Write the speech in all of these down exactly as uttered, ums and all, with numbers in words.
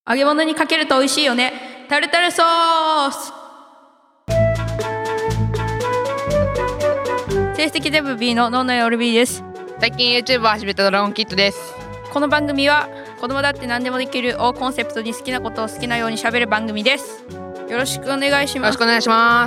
揚げ物にかけると美味しいよね。タルタルソース。成績全部 B のノンノイオル B です。 最近 YouTube を始めたドラゴンキッドです。 この番組は子供だって何でもできるをコンセプトに好きなことを好きなように喋る番組です。よろしくお願いします。 よろしくお願いします。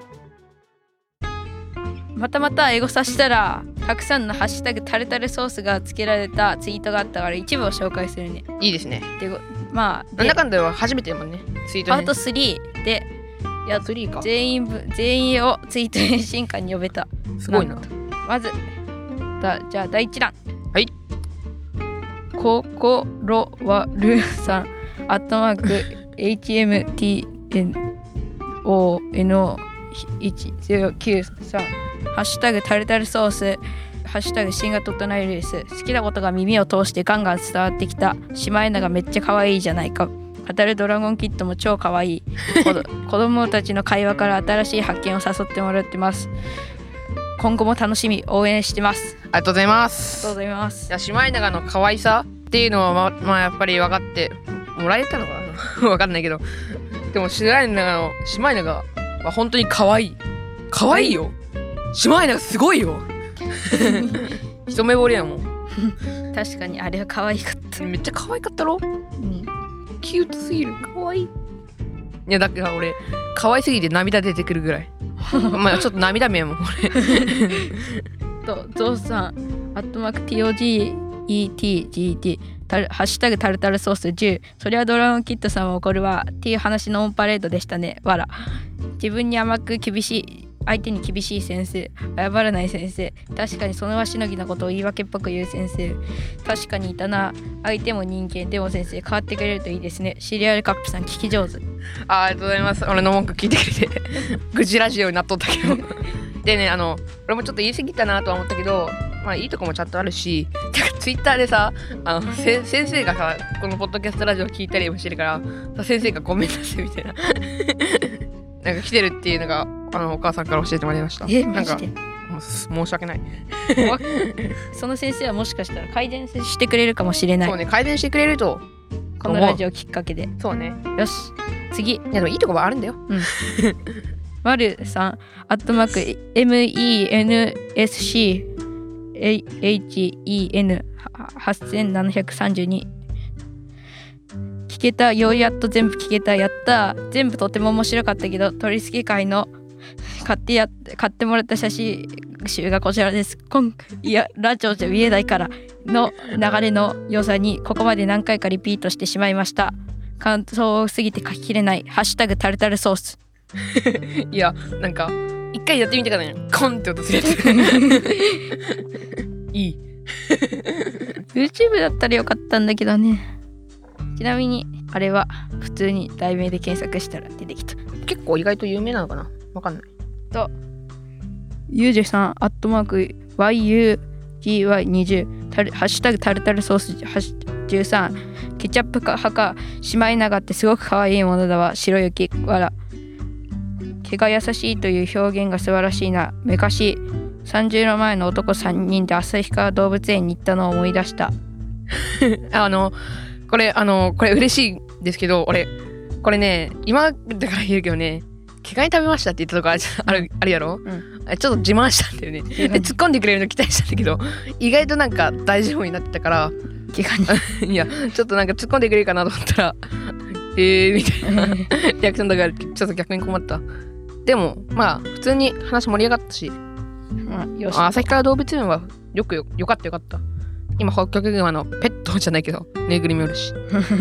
またまたエゴサしたらたくさんのハッシュタグタルタルソースが付けられたツイートがあったから一部を紹介するね。 いいですね。 でまあなんだかんだは初めてだもんね、ツイートね。 パートスリーでやスリーか全員ぶ全員をツイート返信会に呼べた。 すごいな。 まずだじゃあ第一弾。 はい。 こころわるさんアットマーク エイチエムティーエヌオーエヌオーいちゼロきゅうさんハッシュタグタルタルソースハッシュタグ新型トナイルレス。好きなことが耳を通してガンガン伝わってきた。シマエナがめっちゃ可愛いじゃないか。語るドラゴンキッドも超可愛い。子供たちの会話から新しい発見を誘ってもらってます。今後も楽しみ応援してます。 ありがとうございます。 ありがとうございます。 いや、シマエナガの可愛さっていうのはま、まあやっぱり分かってもらえたのかな分かんないけど、でもシマエナガのシマエナガは本当に可愛い。可愛いよ。シマエナガすごいよ。一目惚れやもん。 確かにあれは可愛かった。 めっちゃ可愛かったろ。 うん。キュートすぎる。可愛い。いやだから俺可愛すぎて涙出てくるぐらい。まあちょっと涙目やもん俺。 とゾウさんアットマーク ティーオージーイーティージーティー タルハッシュタグタルタルソースじゅう。そりゃドラゴンキッドさんは怒るわっていう話のオンパレードでしたね。わら。自分に甘く厳しい相手に厳しい先生、謝らない先生、確かにその場しのぎなことを言い訳っぽく言う先生、確かにいたな。相手も人間でも先生変わってくれるといいですね。シリアルカップさん聞き上手。 あ、ありがとうございます。俺の文句聞いてくれて愚痴ラジオになっとったけどでね、あの俺もちょっと言い過ぎたなとは思ったけど、まあいいとこもちゃんとあるし、ツイッターでさ、あのせ先生がさこのポッドキャストラジオ聞いたりもしてるからさ、先生がごめんなさいみたいななんか来てるっていうのがあのお母さんから教えてもらいました。 え、マジで？ なんか申し訳ないその先生はもしかしたら改善してくれるかもしれない。 そうね、改善してくれるとこのラジオきっかけで。 そうね。 よし次。いやでもいいとこもあるんだよ。うんマルさんアットマーク エムイーエヌエスシーエイチイーエヌはちせんななひゃくさんじゅうに聞けた。ようやっと全部聞けた。やった。全部とても面白かったけど取り付け会の買ってや買ってもらった写真集がこちらです。今いやラジオじゃ見えないからの流れの良さにここまで何回かリピートしてしまいました。感想すぎて書ききれない。ハッシュタグタルタルソースいやなんか一回やってみてからね、コンって音するやついい YouTube だったらよかったんだけどね。ちなみにあれは普通に題名で検索したら出てきた。 結構意外と有名なのかな、わかんない。 とゆうじさんアットマーク ワイユージーワイにじゅう ハッシュタグタルタルソースじゅうさんケチャップか派かシマエナガってすごく可愛いものだわ。白雪わら。毛が優しいという表現が素晴らしいな。昔さんじゅうの前の男さんにんで旭川動物園に行ったのを思い出したあのこれあのこれ嬉しいんですけど、俺これね今だから言うけどね、毛ガニ食べましたって言ったとこあるある、あるやろ、うん、ちょっと自慢したんだよね。で突っ込んでくれるの期待したんだけど意外となんか大丈夫になってたから毛ガニいやちょっとなんか突っ込んでくれるかなと思ったらえーみたいなリアクションだからちょっと逆に困った。でもまあ普通に話盛り上がったし、うん、よし旭川動物園はよくよ、よかったよかった。今北極熊のペットじゃないけどぬいぐるみおるし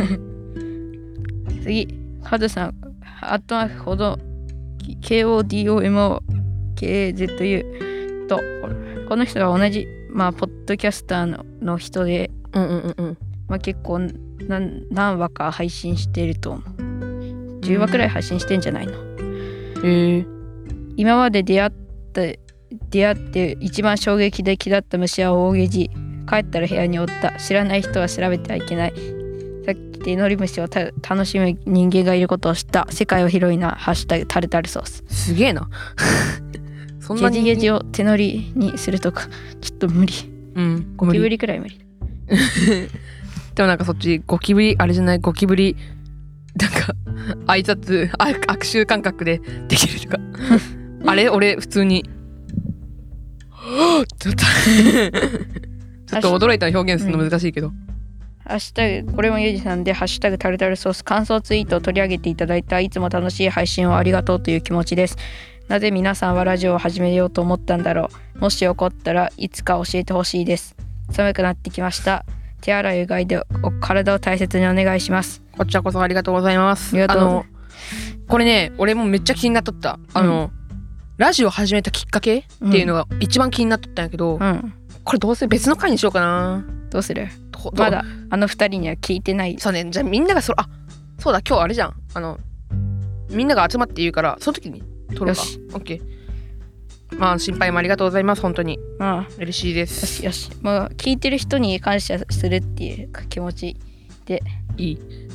次カズさんアットマークほど ケーオーディーオーエムオーケーゼットユー とこの人が同じまあポッドキャスター の, の人で、 うんうんうんうん、 まあ結構何何話か配信してると思う。じゅうわくらい配信してんじゃないの。 へー。 今まで出会って出会って一番衝撃的だった虫は大ゲジ。帰ったら部屋におった。知らない人は調べてはいけない。さっき手乗り虫をた楽しむ人間がいることを知った。世界は広いな。ハッシュタグタルタルソース。 すげえなそんなにゲジゲジを手乗りにするとかちょっと無理。 うん、 ゴキブリくらい無理でもなんかそっちゴキブリあれじゃないゴキブリなんか挨拶あ握手感覚でできるとかあれ俺普通にちょっとちょっと驚いた表現するの難しいけど、 ハッシュタグこれもゆうじさんでハッシュタグタルタルソース感想ツイートを取り上げていただいたいつも楽しい配信をありがとうという気持ちです。なぜ皆さんはラジオを始めようと思ったんだろう。もしよかったらいつか教えてほしいです。寒くなってきました。手洗いうがいで体を大切にお願いします。 こちらこそありがとうございます。あのこれね俺もめっちゃ気になっとったあの、うん、ラジオ始めたきっかけっていうのが一番気になっとったんやけど、うん、これどうする別の回にしようかな。 どうするまだあの二人には聞いてない。 そうねじゃあみんながそあそうだ今日あれじゃんあのみんなが集まって言うからその時に撮ろうか。オッケー。まあ心配もありがとうございます本当に。ああ嬉しいです。 よしよしもう聞いてる人に感謝するっていう気持ちでいい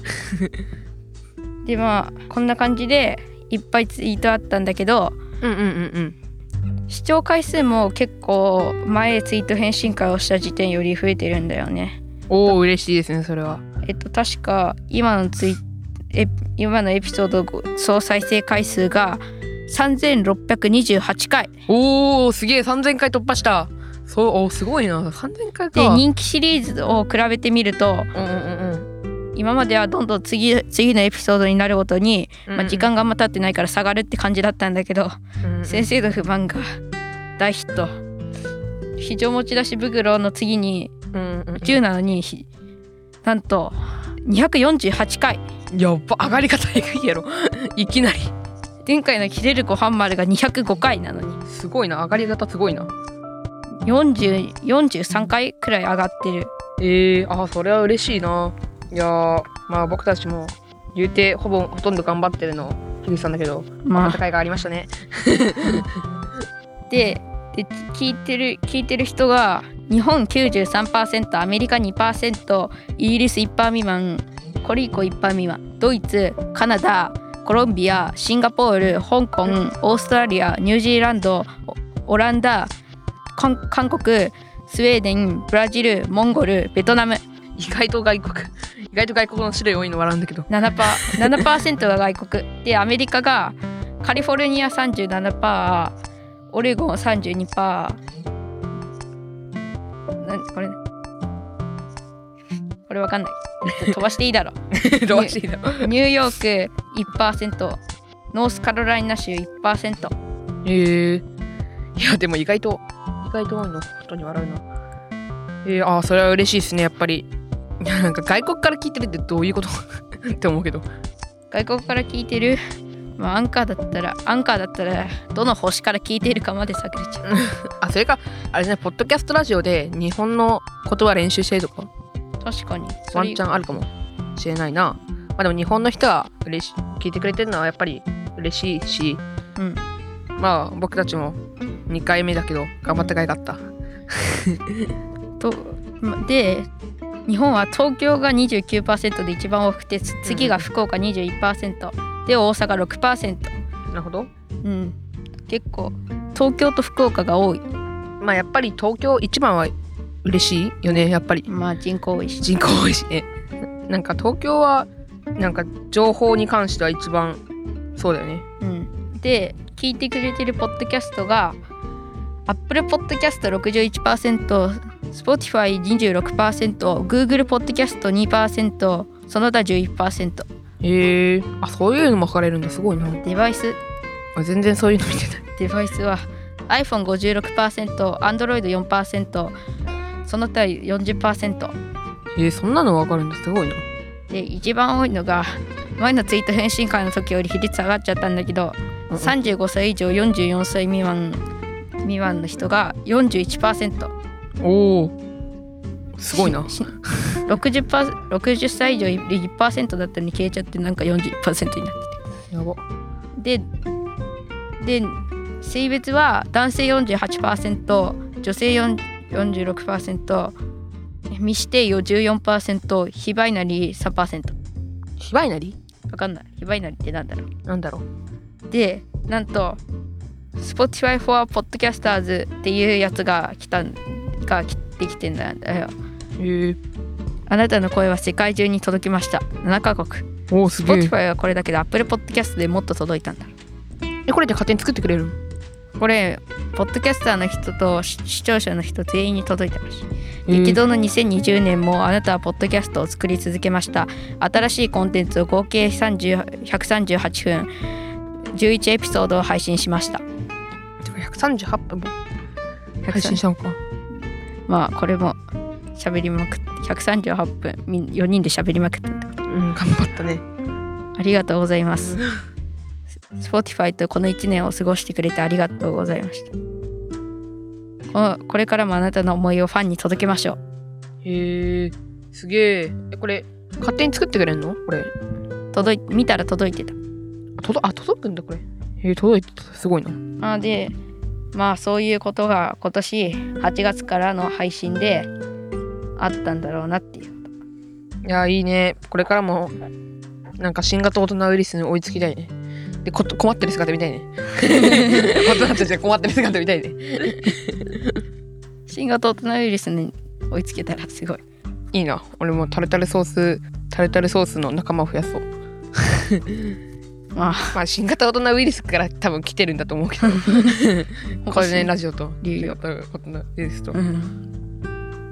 でまあこんな感じでいっぱいツイートあったんだけど、 うんうんうんうん視聴回数も結構前ツイート返信会をした時点より増えてるんだよね。 おお嬉しいですねそれは。 えっと確か今のツイえ今のエピソード総再生回数がさんぜんろっぴゃくにじゅうはちかい。 おーすげえさんぜんかい突破した。そうおすごいなさんぜんかいか。 で人気シリーズを比べてみると、 うんうんうん、 今まではどんどん 次, 次のエピソードになるごとに、うんうんまあ、時間があんま経ってないから下がるって感じだったんだけど、うんうん、先生の不満が大ヒット。非常持ち出し袋の次にじゅうなのになんとにひゃくよんじゅうはちかい。 やっぱ上がり方えぐいやろいきなり。 前回のキレルコハンマルがにひゃくごかいなのにすごいな上がり方すごいな。 よんじゅう、よんじゅうさんかいくらい上がってる。 えー、あそれは嬉しいな。いやまあ僕たちも言うてほぼほとんど頑張ってるの樋口さんだけど、まあ戦いがありましたねで, で聞いてる聞いてる人が日本 きゅうじゅうさんパーセント アメリカ にパーセント イギリス いちパーセント 未満コリーコ いちパーセント 未満ドイツカナダコロンビアシンガポール香港オーストラリアニュージーランドオランダ韓国スウェーデンブラジルモンゴルベトナム。 意外と外国意外と外国の種類多いの笑うんだけどななパーセント が外国でアメリカがカリフォルニア さんじゅうななパーセント オレゴン さんじゅうにパーセント なこれこれわかんない飛ばしていいだろ飛ばしていいだろニューヨーク いちパーセント ノースカロライナ州 いちパーセント。 へえいやでも意外と意外と多いのことに笑うな。えー、あそれは嬉しいですねやっぱり。いやなんか外国から聞いてるってどういうことって思うけど外国から聞いてるまあアンカーだったらアンカーだったらどの星から聞いているかまで探れちゃうあそれかあれねポッドキャストラジオで日本の言葉練習してるとか確かにワンチャンあるかもしれないな。まあでも日本の人が嬉し聞いてくれてるのはやっぱり嬉しいし、うん、まあ僕たちもにかいめだけど頑張ったかいがあったとで日本は東京が にじゅうきゅうパーセント で一番多くて次が福岡 にじゅういちパーセント、うん、で大阪 ろくパーセント。 なるほど、 うん、結構東京と福岡が多い。 まあやっぱり東京一番は嬉しいよねやっぱり。 まあ人口多いし人口多いしね。なんか東京はなんか情報に関しては一番そうだよね。 うん、で聞いてくれてるポッドキャストが Apple Podcast ろくじゅういちパーセント、Spotify にじゅうろくパーセント、Google Podcast にパーセント、その他 じゅういちパーセント。 へえあそういうのも分かれるんだすごいな。 デバイスあ全然そういうの見てない。 デバイスは アイフォンごじゅうろくパーセント、Android よんパーセント、その他 よんじゅっパーセント。 へえそんなの分かるんだすごいな。 で一番多いのが前のツイート返信会の時より比率上がっちゃったんだけど、うんうん、さんじゅうごさい以上よんじゅうよんさい未満未満の人が よんじゅういちパーセント。 おおすごいな。 ろくじゅっさい以上 いちパーセント だったのに消えちゃってなんか よんじゅういちパーセント になっててやば。でで性別は男性 よんじゅうはちパーセント、女性よんじゅうろくパーセント、未指定用 じゅうよんパーセント、非バイナリー さんパーセント。 非バイナリーわかんない。非バイナリーってなんだろうなんだろうでなんと Spotify for Podcasters っていうやつが来たができてんだよ。 へえあなたの声は世界中に届きました。ななカ国。 おお、すげえ。 Spotify はこれだけど Apple Podcast でもっと届いたんだ。 え、これで勝手に作ってくれる？ これポッドキャスターの人と視聴者の人全員に届いてました。 えー激動のにせんにじゅうねんもあなたはポッドキャストを作り続けました。新しいコンテンツを合計さんじゅうひゃくさんじゅうはっぷんじゅういちエピソードを配信しました。 ひゃくさんじゅうはっぷんも配信したのか。 まあこれも喋りまくってひゃくさんじゅうはっぷんよにんで喋りまくったってこと。 うん、頑張ったね。 ありがとうございます。Spotify とこのいちねんを過ごしてくれてありがとうございました。このこれからもあなたの思いをファンに届けましょう。 へえ、すげえ。え、これ勝手に作ってくれんの？これ届い見たら届いてた。 あ、届あ届くんだこれ。へえ、届いてた。すごいな。 あでまあそういうことが今年はちがつからの配信であったんだろうなっていう。 いや、いいね。これからもなんか新型コロナウイルスに追いつきたいね。でこ困ってる姿見たいね。大人たちが困ってる姿見たいね。 新型コロナウイルスに追いつけたらすごいいいな。俺もタルタルソースタルタルソースの仲間を増やそう。 まあ、 まあ新型コロナウイルスから多分来てるんだと思うけど。これね、ラジオと理由新型コロナウイルスと、 うん、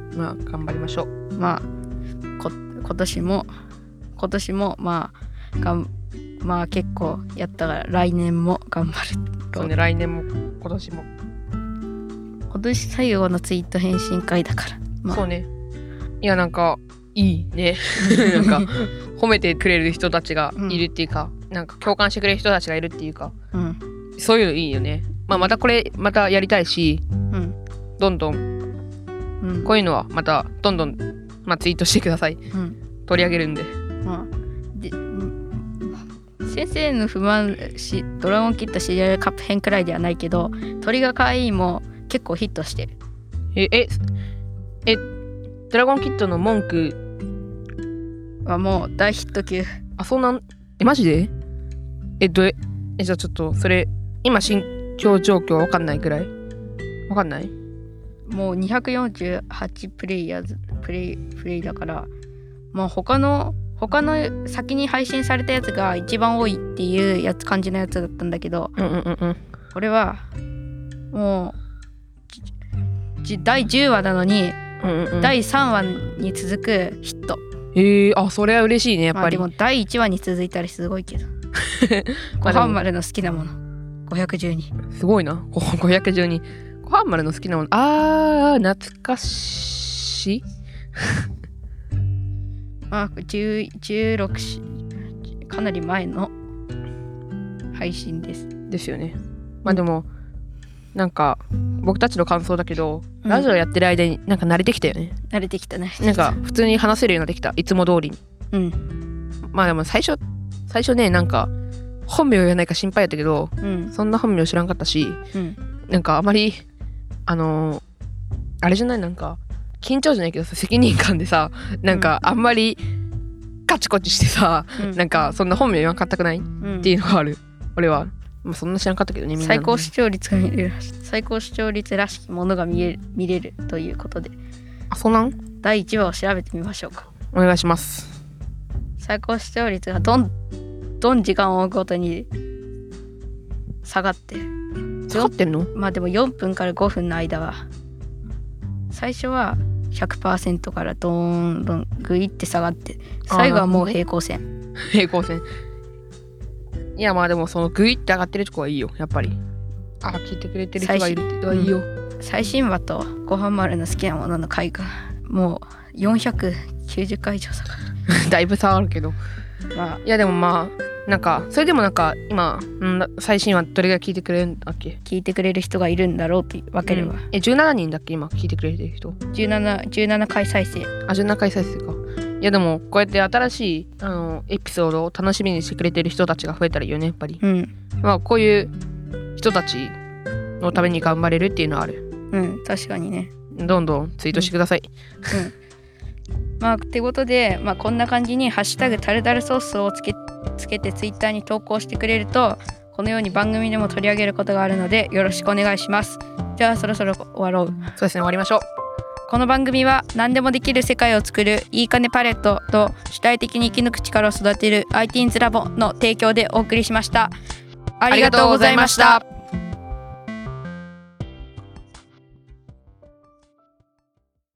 まあ頑張りましょう。 まあこ今年も今年もまあがんまあ結構やったから来年も頑張る。 そうね、来年も今年も。 今年最後のツイート返信会だから、まあ、 そうね。いや、なんかいいね。なんか褒めてくれる人たちがいるっていうか、うん、なんか共感してくれる人たちがいるっていうか、うん、そういうのいいよね。まあまたこれまたやりたいし、うん、どんどん、うん、こういうのはまたどんどん、まあ、ツイートしてください。うん、取り上げるんで。まあで先生の不満しドラゴンキッドシリアルカップ編くらいではないけど、鳥が可愛いも結構ヒットしてる。 えええドラゴンキッドの文句はもう大ヒット級。 あ、そうなん。え、マジで？えどええじゃあちょっとそれ今心境状況わかんないくらい？わかんない？ もうにひゃくよんじゅうはちプレイヤーズプレイプレイだから、まあ他の他の先に配信されたやつが一番多いっていうやつ感じのやつだったんだけど、 うんうんうんうん、 これはもうだいじゅうわなのに、うんうんうん、だいさんわに続くヒット。 へえ、あ、それは嬉しいね、やっぱり。 まあ、でもだいいちわに続いたりすごいけど。ごはん丸の好きなものごひゃくじゅうに。 すごいな。ごひゃくじゅうに。ごはん丸の好きなもの。あー、懐かしい。 まあ、じゅう、じゅうろくかなり前の配信です。 ですよね。まあでも、うん、なんか僕たちの感想だけど、うん、ラジオやってる間になんか慣れてきたよね。 慣れてきたね。 なんか普通に話せるようになってきた。いつも通りに。うん。まあでも最初最初ね、なんか本名言わないか心配やったけど、うん、そんな本名知らんかったし、うん、なんかあまりあのー、あれじゃない、なんか緊張じゃないけどさ、責任感でさ、なんかあんまりカチコチしてさ、うん、なんかそんな本名言わんかったくない、うん、っていうのがある。俺は、まあ、そんな知らんかったけどね、みんな、ね、 最高視聴率が見れる最高視聴率らしきものが見える見れるということで、 あ、そうなん？ だいいちわを調べてみましょうか。 お願いします。 最高視聴率がどんどん時間を追うごとに下がってる。 下がってんの？ まあでもよんぷんからごふんの間は最初は ひゃくパーセント からどんどんグイって下がって、最後はもう平行線。 平行線。いや、まあでもそのグイって上がってるとこはいいよ、やっぱり。あ、聞いてくれてる人がいるってはいいよ。 最新話とごはん丸の好きなものの回がもうよんひゃくきゅうじゅっかい以上下がる。 だいぶ差あるけど、まあ、いやでもまあなんかそれでもなんか今、うん、最新話どれぐらい聞いてくれるんだっけ？ 聞いてくれる人がいるんだろうって分ければ、うん、 えじゅうななにんだっけ今聞いてくれてる人？ じゅうなな、じゅうななかい再生。 あ、じゅうななかい再生か。いやでもこうやって新しいあのエピソードを楽しみにしてくれてる人たちが増えたらいいよね、やっぱり。うん、まあこういう人たちのために頑張れるっていうのはある。 うん、確かにね。 どんどんツイートしてください。 うん、うんまあ、ってことで、まあ、こんな感じにハッシュタグタルタルソースをつけ、つけてツイッターに投稿してくれると、このように番組でも取り上げることがあるのでよろしくお願いします。じゃあそろそろ終わろう。 そうですね、終わりましょう。 この番組は何でもできる世界を作るいいかねパレットと主体的に生き抜く力を育てる アイティーンズ ラボの提供でお送りしました。ありがとうございました。